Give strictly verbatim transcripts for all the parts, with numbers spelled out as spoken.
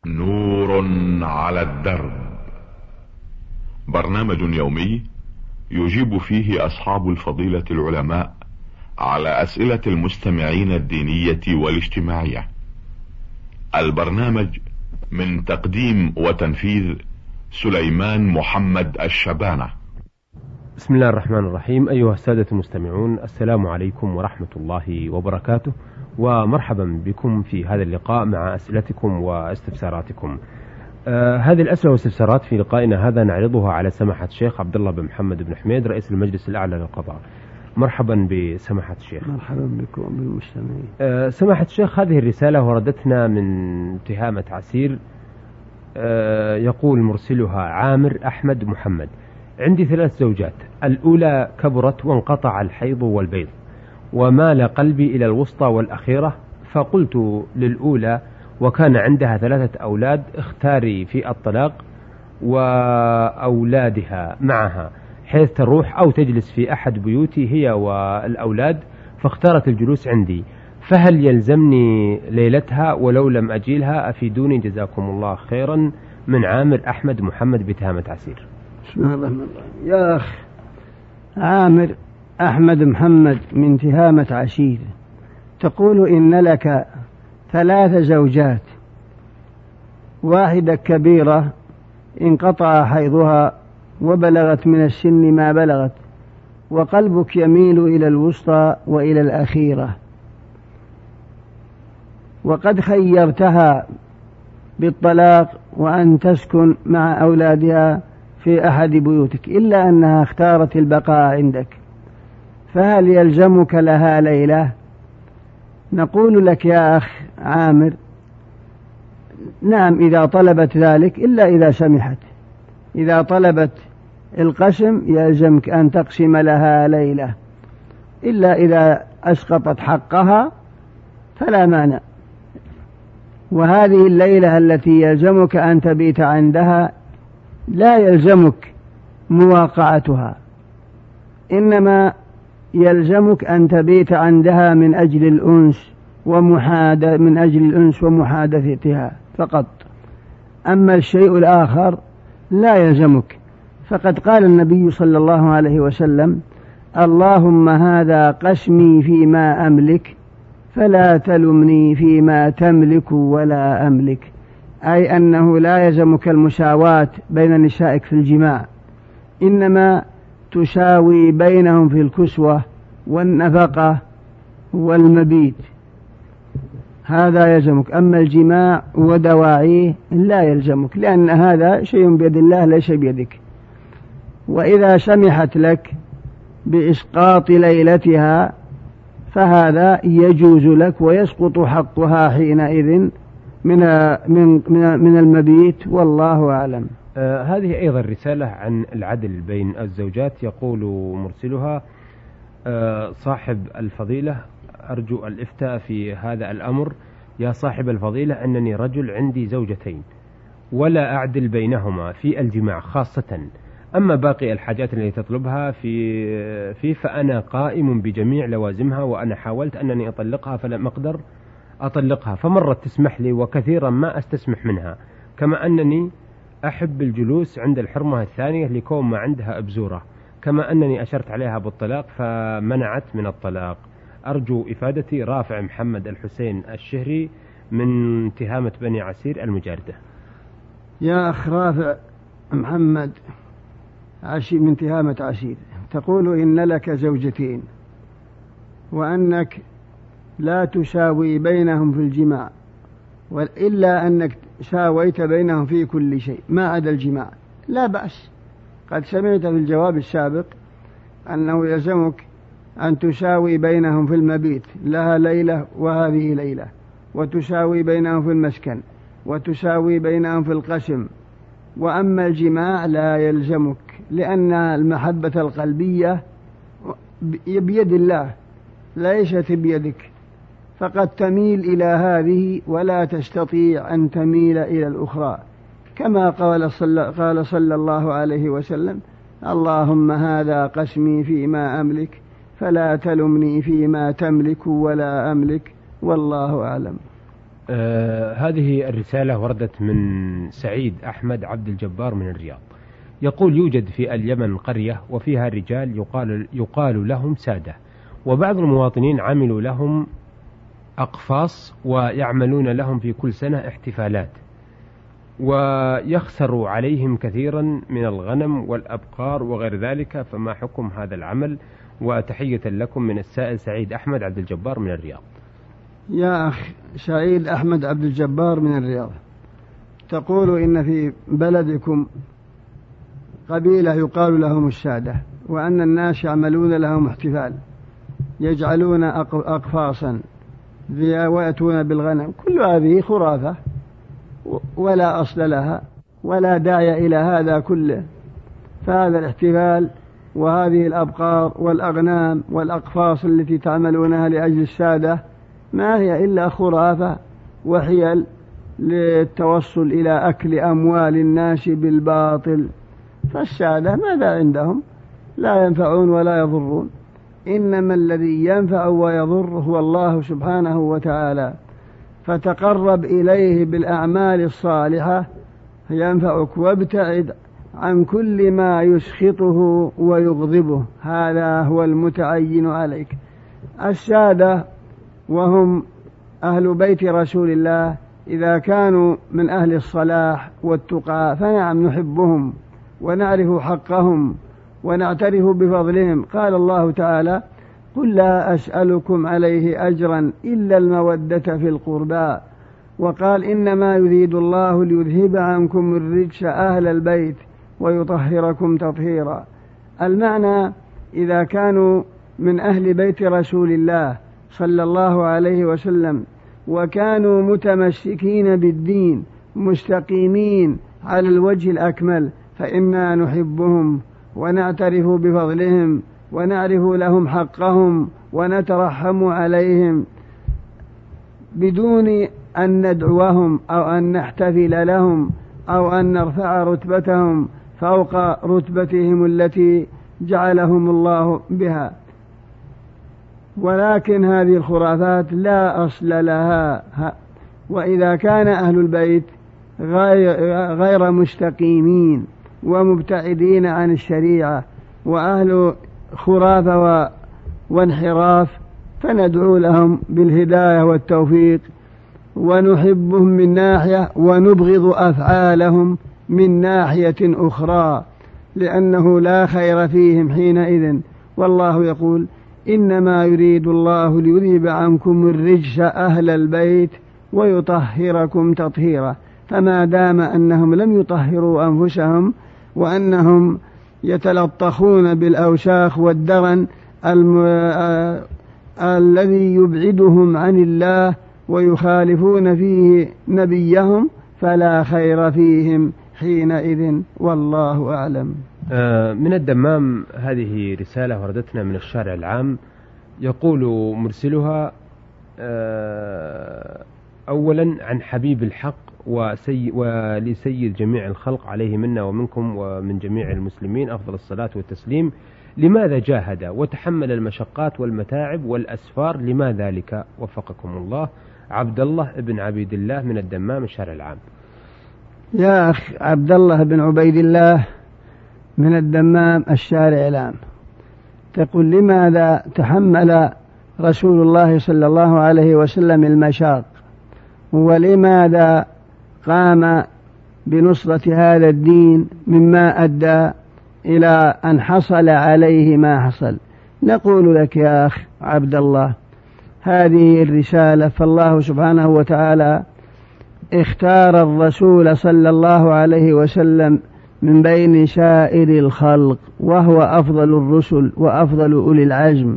نور على الدرب، برنامج يومي يجيب فيه اصحاب الفضيلة العلماء على اسئلة المستمعين الدينية والاجتماعية. البرنامج من تقديم وتنفيذ سليمان محمد الشبانة. بسم الله الرحمن الرحيم. أيها السادة المستمعون، السلام عليكم ورحمة الله وبركاته، ومرحبا بكم في هذا اللقاء مع أسئلتكم واستفساراتكم. آه هذه الأسئلة والاستفسارات في لقائنا هذا نعرضها على سماحة الشيخ عبد الله بن محمد بن حميد رئيس المجلس الأعلى للقضاء. مرحبا بسماحة الشيخ. مرحبا بكم بالمستمعين. آه سماحة الشيخ، هذه الرسالة وردتنا من تهامة عسير. آه يقول مرسلها عامر أحمد محمد: عندي ثلاث زوجات، الأولى كبرت وانقطع الحيض والبيض، ومال قلبي إلى الوسطى والأخيرة، فقلت للأولى وكان عندها ثلاثة أولاد: اختاري في الطلاق وأولادها معها حيث تروح أو تجلس في أحد بيوتي هي والأولاد، فاختارت الجلوس عندي، فهل يلزمني ليلتها ولو لم أجيلها؟ أفيدوني جزاكم الله خيرا. من عامر أحمد محمد بتهامة عسير. بسم الله الرحمن الرحيم. يا أخ عامر أحمد محمد من تهامة عشير، تقول إن لك ثلاث زوجات، واحدة كبيرة انقطع حيضها وبلغت من السن ما بلغت، وقلبك يميل إلى الوسطى وإلى الأخيرة، وقد خيرتها بالطلاق وأن تسكن مع أولادها في أحد بيوتك، إلا أنها اختارت البقاء عندك، فهل يلزمك لها ليلة؟ نقول لك يا أخ عامر: نعم إذا طلبت ذلك، إلا إذا سمحت. إذا طلبت القسم يلزمك أن تقسم لها ليلة، إلا إذا أسقطت حقها فلا مانع. وهذه الليلة التي يلزمك أن تبيت عندها لا يلزمك مواقعتها، إنما يلزمك أن تبيت عندها من أجل الأنس ومحادة من أجل الأنس ومحادثتها فقط. أما الشيء الآخر لا يلزمك، فقد قال النبي صلى الله عليه وسلم: اللهم هذا قسمي فيما أملك فلا تلمني فيما تملك ولا أملك، أي أنه لا يلزمك المساواة بين نسائك في الجماع، إنما تساوي بينهم في الكسوة والنفقة والمبيت، هذا يلزمك. أما الجماع ودواعيه لا يلزمك، لأن هذا شيء بيد الله ليس بيدك. وإذا سمحت لك بإسقاط ليلتها فهذا يجوز لك ويسقط حقها حينئذ من من من المبيت، والله أعلم. آه هذه أيضا رسالة عن العدل بين الزوجات. يقول مرسلها: آه صاحب الفضيلة، أرجو الإفتاء في هذا الأمر. يا صاحب الفضيلة، أنني رجل عندي زوجتين ولا أعدل بينهما في الجماع خاصة، أما باقي الحاجات التي تطلبها في في فأنا قائم بجميع لوازمها، وأنا حاولت أنني أطلقها فلم أقدر أطلقها، فمرت تسمح لي وكثيرا ما أستسمح منها، كما أنني أحب الجلوس عند الحرمة الثانية لكون ما عندها أبزورة، كما أنني أشرت عليها بالطلاق فمنعت من الطلاق. أرجو إفادتي. رافع محمد الحسين الشهري من تهامة بني عسير المجاردة. يا أخ رافع محمد عشير من تهامة عسير، تقول إن لك زوجتين وأنك لا تساوي بينهم في الجماع، إلا أنك ساويت بينهم في كل شيء ما عدا الجماع، لا بأس. قد سمعت في الجواب السابق أنه يلزمك أن تساوي بينهم في المبيت، لها ليلة وهذه ليلة، وتساوي بينهم في المسكن، وتساوي بينهم في القسم. وأما الجماع لا يلزمك، لأن المحبة القلبية بيد الله ليست بيدك، فقد تميل إلى هذه ولا تستطيع أن تميل إلى الأخرى، كما قال صلى, قال صلى الله عليه وسلم: اللهم هذا قسمي فيما أملك فلا تلمني فيما تملك ولا أملك، والله أعلم. آه هذه الرسالة وردت من سعيد أحمد عبد الجبار من الرياض، يقول: يوجد في اليمن قرية وفيها رجال يقال, يقال لهم سادة، وبعض المواطنين عملوا لهم أقفاص ويعملون لهم في كل سنة احتفالات، ويخسر عليهم كثيرا من الغنم والأبقار وغير ذلك، فما حكم هذا العمل؟ وتحية لكم من السائل سعيد أحمد عبد الجبار من الرياض. يا أخ سعيد أحمد عبد الجبار من الرياض، تقول إن في بلدكم قبيلة يقال لهم السادة، وأن الناس يعملون لهم احتفال، يجعلون أقفاصا ويأتون بالغنم. كل هذه خرافة ولا أصل لها ولا داعي إلى هذا كله. فهذا الاحتفال وهذه الأبقار والأغنام والأقفاص التي تعملونها لأجل السادة ما هي إلا خرافة وحيل للتوصل إلى أكل أموال الناس بالباطل. فالسادة ماذا عندهم؟ لا ينفعون ولا يضرون، إنما الذي ينفع ويضر هو الله سبحانه وتعالى. فتقرب إليه بالأعمال الصالحة ينفعك، وابتعد عن كل ما يسخطه ويغضبه، هذا هو المتعين عليك. السادة وهم أهل بيت رسول الله إذا كانوا من أهل الصلاح والتقى فنعم نحبهم ونعرف حقهم ونعترف بفضلهم. قال الله تعالى: قل لا أسألكم عليه أجرا إلا المودة في القربى. وقال: إنما يريد الله ليذهب عنكم الرجس أهل البيت ويطهركم تطهيرا. المعنى إذا كانوا من أهل بيت رسول الله صلى الله عليه وسلم وكانوا متمسكين بالدين مستقيمين على الوجه الأكمل فإنا نحبهم ونعترف بفضلهم ونعرف لهم حقهم ونترحم عليهم بدون أن ندعوهم أو أن نحتفل لهم أو أن نرفع رتبتهم فوق رتبتهم التي جعلهم الله بها. ولكن هذه الخرافات لا أصل لها. وإذا كان أهل البيت غير مستقيمين ومبتعدين عن الشريعة وأهل خرافة وانحراف فندعو لهم بالهداية والتوفيق ونحبهم من ناحية ونبغض أفعالهم من ناحية أخرى، لأنه لا خير فيهم حينئذ. والله يقول: إنما يريد الله ليذهب عنكم الرجس أهل البيت ويطهركم تطهيرا. فما دام أنهم لم يطهروا أنفسهم وأنهم يتلطخون بالأوساخ والدرن الم... آ... الذي يبعدهم عن الله ويخالفون فيه نبيهم فلا خير فيهم حينئذ، والله أعلم. من الدمام هذه رسالة وردتنا من الشارع العام، يقول مرسلها: أولا عن حبيب الحق وسي ولسيد جميع الخلق عليه منا ومنكم ومن جميع المسلمين أفضل الصلاة والتسليم، لماذا جاهد وتحمل المشقات والمتاعب والأسفار؟ لما ذلك؟ وفقكم الله. عبد الله بن عبيد الله من الدمام الشارع العام. يا أخ عبد الله بن عبيد الله من الدمام الشارع العام، تقول: لماذا تحمل رسول الله صلى الله عليه وسلم المشاق، ولماذا قام بنصرة هذا الدين مما أدى إلى أن حصل عليه ما حصل؟ نقول لك يا أخ عبد الله: هذه الرسالة فالله سبحانه وتعالى اختار الرسول صلى الله عليه وسلم من بين سائر الخلق، وهو أفضل الرسل وأفضل أولي العزم،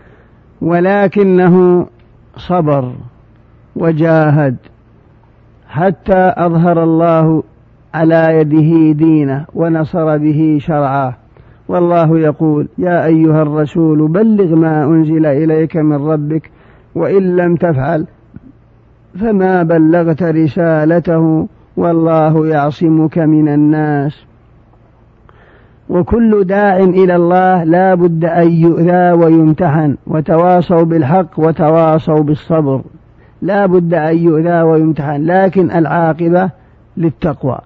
ولكنه صبر وجاهد حتى أظهر الله على يده دينه ونصر به شرعه. والله يقول: يا أيها الرسول بلغ ما أنزل إليك من ربك وإن لم تفعل فما بلغت رسالته والله يعصمك من الناس. وكل داع إلى الله لا بد أن يؤذى ويمتحن، وتواصوا بالحق وتواصوا بالصبر، لا بد أن يؤذى ويمتحن، لكن العاقبة للتقوى،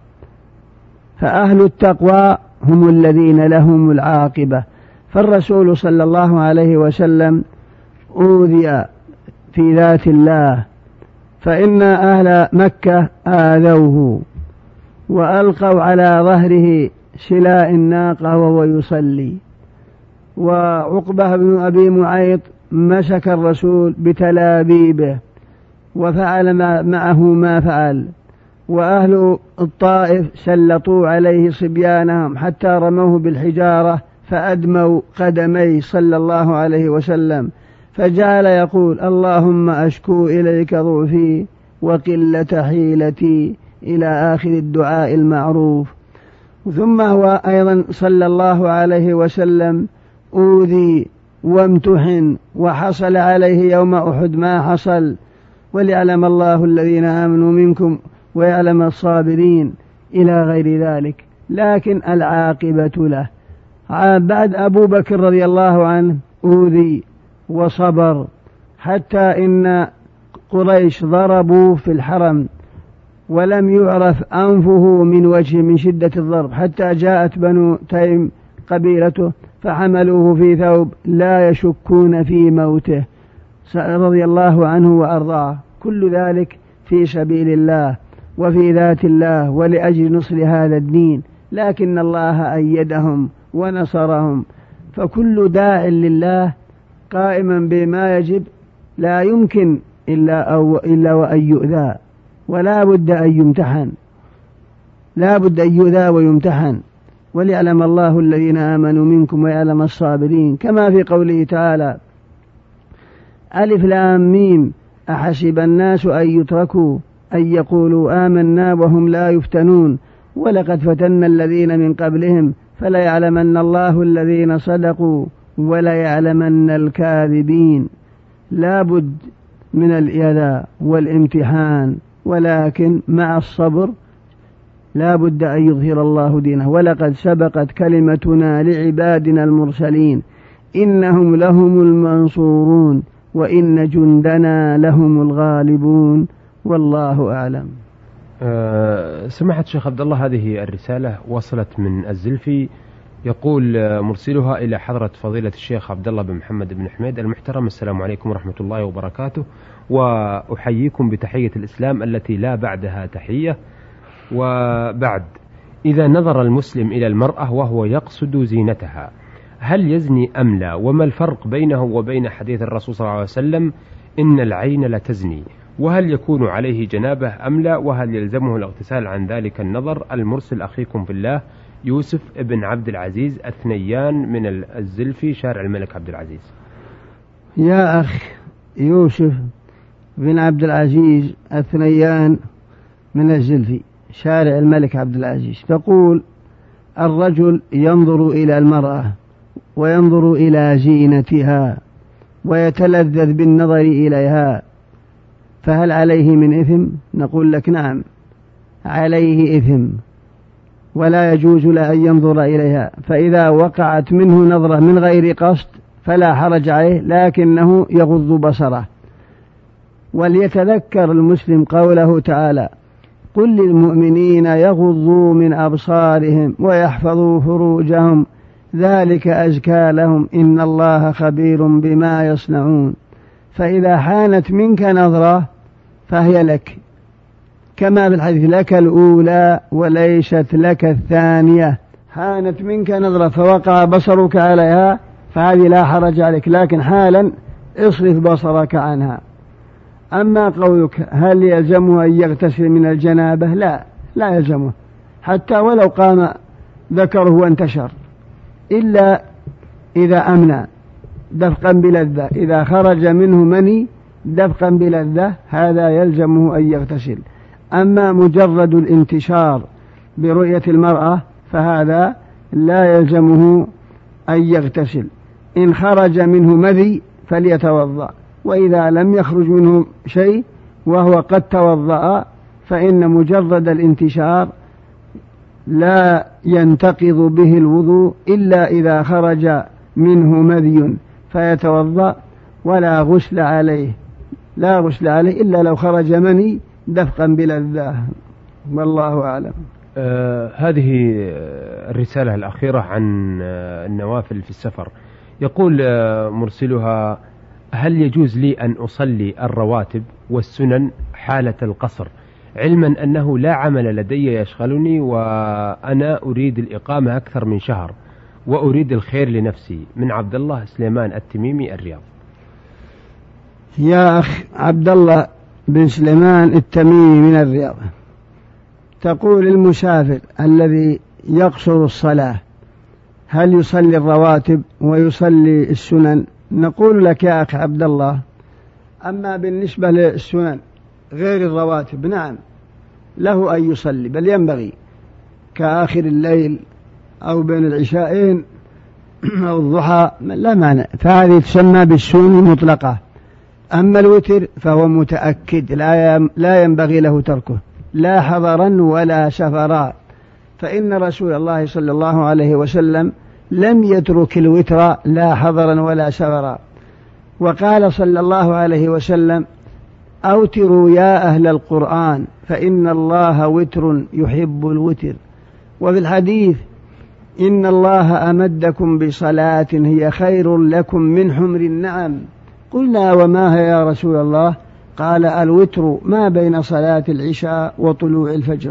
فأهل التقوى هم الذين لهم العاقبة. فالرسول صلى الله عليه وسلم أوذي في ذات الله، فإن أهل مكة آذوه وألقوا على ظهره سلاء الناقة وهو يصلي، وعقبة بن أبي معيط مسك الرسول بتلابيبه وفعل معه ما فعل، وأهل الطائف سلطوا عليه صبيانهم حتى رموه بالحجارة فأدموا قدمي صلى الله عليه وسلم، فجعل يقول اللهم أشكو إليك ضعفي وقلة حيلتي إلى آخر الدعاء المعروف. ثم هو أيضا صلى الله عليه وسلم أوذي وامتحن وحصل عليه يوم أحد ما حصل، وليعلم الله الذين آمنوا منكم ويعلم الصابرين إلى غير ذلك، لكن العاقبة له. بعد أبو بكر رضي الله عنه أوذي وصبر، حتى إن قريش ضربوا في الحرم ولم يعرف أنفه من وجه من شدة الضرب، حتى جاءت بنو تيم قبيلته فحملوه في ثوب لا يشكون في موته رضي الله عنه وأرضاه. كل ذلك في سبيل الله وفي ذات الله ولأجل نصر هذا الدين، لكن الله أيدهم ونصرهم. فكل داع لله قائما بما يجب لا يمكن إلا, أو إلا وأن يؤذى، ولا بد أن يمتحن، لا بد أن يؤذى ويمتحن، وليعلم الله الذين آمنوا منكم ويعلم الصابرين، كما في قوله تعالى ألف لام ميم أحسب الناس أن يتركوا أن يقولوا آمنا وهم لا يفتنون ولقد فتنا الذين من قبلهم فليعلمن الله الذين صدقوا وليعلمن الكاذبين. لا بد من الإيذاء والامتحان، ولكن مع الصبر لا بد أن يظهر الله دينه. ولقد سبقت كلمتنا لعبادنا المرسلين إنهم لهم المنصورون وإن جندنا لهم الغالبون والله أعلم. أه سمعت شيخ عبد الله، هذه الرسالة وصلت من الزلفي، يقول مرسلها إلى حضرة فضيلة الشيخ عبد الله بن محمد بن حميد المحترم: السلام عليكم ورحمة الله وبركاته، وأحييكم بتحية الإسلام التي لا بعدها تحية. وبعد، إذا نظر المسلم إلى المرأة وهو يقصد زينتها هل يزني أم لا؟ وما الفرق بينه وبين حديث الرسول صلى الله عليه وسلم إن العين لتزني؟ وهل يكون عليه جنابة أم لا؟ وهل يلزمه الاغتسال عن ذلك النظر؟ المرسل أخيكم في الله يوسف ابن عبد العزيز الثنيان من الزلفي، شارع الملك عبد العزيز. يا أخ يوسف بن عبد العزيز الثنيان من الزلفي، شارع الملك عبد العزيز، تقول الرجل ينظر إلى المرأة وينظر إلى زينتها ويتلذذ بالنظر إليها، فهل عليه من إثم؟ نقول لك نعم عليه إثم، ولا يجوز له أن ينظر إليها، فإذا وقعت منه نظرة من غير قصد فلا حرج عليه، لكنه يغض بصره. وليتذكر المسلم قوله تعالى: قل للمؤمنين يغضوا من أبصارهم ويحفظوا فروجهم ذلك أزكى لهم إن الله خبير بما يصنعون. فإذا حانت منك نظرة فهي لك، كما في الحديث: لك الأولى وليست لك الثانية. حانت منك نظرة فوقع بصرك عليها فهذه لا حرج عليك، لكن حالا اصرف بصرك عنها. أما قولك هل يلزمه أن يغتسل من الجنابة؟ لا لا يلزمه، حتى ولو قام ذكره وانتشر، إلا إذا أمنى دفقا بلذة، إذا خرج منه مني دفقا بلذة هذا يلزمه أن يغتسل. أما مجرد الانتشار برؤية المرأة فهذا لا يلزمه أن يغتسل. إن خرج منه مذي فليتوضأ، وإذا لم يخرج منه شيء وهو قد توضأ فإن مجرد الانتشار لا ينتقض به الوضوء إلا إذا خرج منه مذي فيتوضأ ولا غسل عليه لا غسل عليه إلا لو خرج مني دفقا بلذاه، والله أعلم. آه هذه الرسالة الأخيرة عن آه النوافل في السفر. يقول آه مرسلها: هل يجوز لي أن أصلي الرواتب والسنن حالة القصر، علما أنه لا عمل لدي يشغلني وأنا أريد الإقامة أكثر من شهر وأريد الخير لنفسي؟ من عبد الله سليمان التميمي، الرياض. يا أخ عبد الله بن سليمان التميمي من الرياض، تقول المسافر الذي يقصر الصلاة هل يصلي الرواتب ويصلي السنن؟ نقول لك يا أخ عبد الله: أما بالنسبة للسنن غير الرواتب نعم له أن يصلي، بل ينبغي، كآخر الليل أو بين العشاءين أو الضحى لا مانع، فهذه تسمى بالسنن المطلقة. أما الوتر فهو متأكد لا ينبغي له تركه لا حضرا ولا سفرا، فإن رسول الله صلى الله عليه وسلم لم يترك الوتر لا حضرا ولا سفرا، وقال صلى الله عليه وسلم: أوتروا يا أهل القرآن فإن الله وتر يحب الوتر. وفي الحديث: إن الله أمدكم بصلاة هي خير لكم من حمر النعم. قلنا: وما هي يا رسول الله؟ قال: الوتر ما بين صلاة العشاء وطلوع الفجر.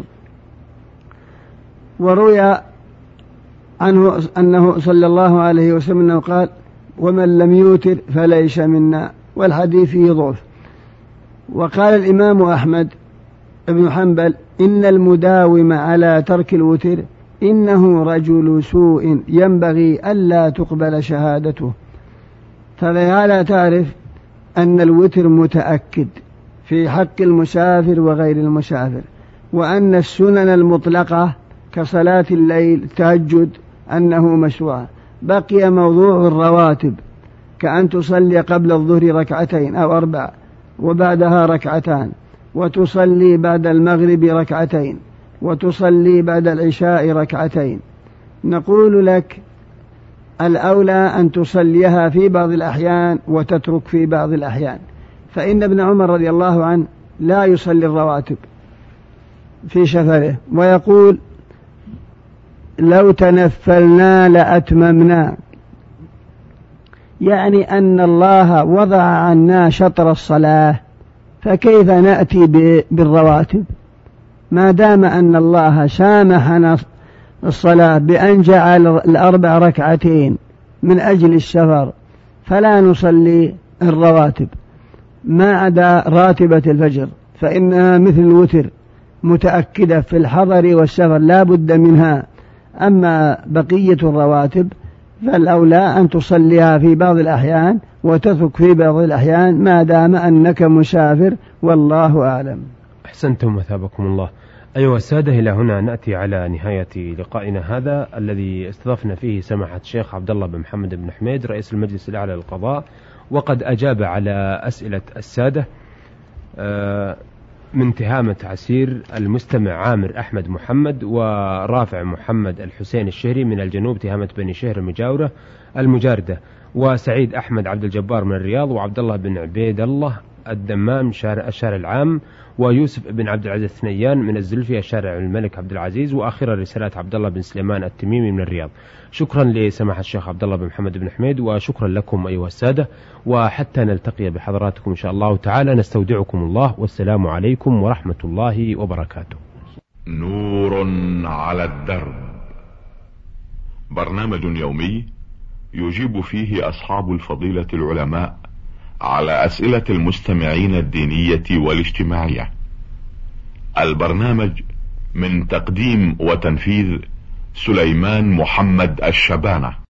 وروي عنه أنه صلى الله عليه وسلم قال: ومن لم يوتر فليس منا، والحديث فيه ضعف. وقال الإمام أحمد بن حنبل: إن المداوم على ترك الوتر إنه رجل سوء ينبغي ألا تقبل شهادته. فبهذا تعرف أن الوتر متأكد في حق المسافر وغير المسافر، وأن السنن المطلقة كصلاة الليل التهجد أنه مشروع. بقي موضوع الرواتب، كأن تصلي قبل الظهر ركعتين أو أربع وبعدها ركعتان، وتصلي بعد المغرب ركعتين، وتصلي بعد العشاء ركعتين. نقول لك: الأولى أن تصليها في بعض الأحيان وتترك في بعض الأحيان، فإن ابن عمر رضي الله عنه لا يصلي الرواتب في سفره، ويقول: لو تنفلنا لأتممنا، يعني أن الله وضع عنا شطر الصلاة، فكيف نأتي بالرواتب ما دام أن الله سامحنا الصلاة بأن جعل الأربع ركعتين من أجل السفر، فلا نصلي الرواتب ما عدا راتبة الفجر، فإنها مثل الوتر متأكدة في الحضر والسفر لا بد منها. أما بقية الرواتب فالأولى أن تصليها في بعض الأحيان وتترك في بعض الأحيان ما دام أنك مسافر، والله أعلم. أحسنتم وثابكم الله. أيها السادة، إلى هنا نأتي على نهاية لقائنا هذا الذي استضفنا فيه سماحة الشيخ عبد الله بن محمد بن حميد رئيس المجلس الأعلى للقضاء، وقد أجاب على أسئلة السادة من تهامة عسير، المستمع عامر أحمد محمد، ورافع محمد الحسين الشهري من الجنوب تهامة بني شهر المجاورة المجاردة، وسعيد أحمد عبد الجبار من الرياض، وعبد الله بن عبيد الله الدمام شارع الشارع العام، ويوسف بن عبد العزيز الثنيان من الزلفي الشارع الملك عبد العزيز، وآخر رسالات عبد الله بن سليمان التميمي من الرياض. شكرا لسماحة الشيخ عبد الله بن محمد بن حميد، وشكرا لكم أيها السادة، وحتى نلتقي بحضراتكم إن شاء الله تعالى نستودعكم الله، والسلام عليكم ورحمة الله وبركاته. نور على الدرب، برنامج يومي يجيب فيه أصحاب الفضيلة العلماء على أسئلة المستمعين الدينية والاجتماعية. البرنامج من تقديم وتنفيذ سليمان محمد الشبانة.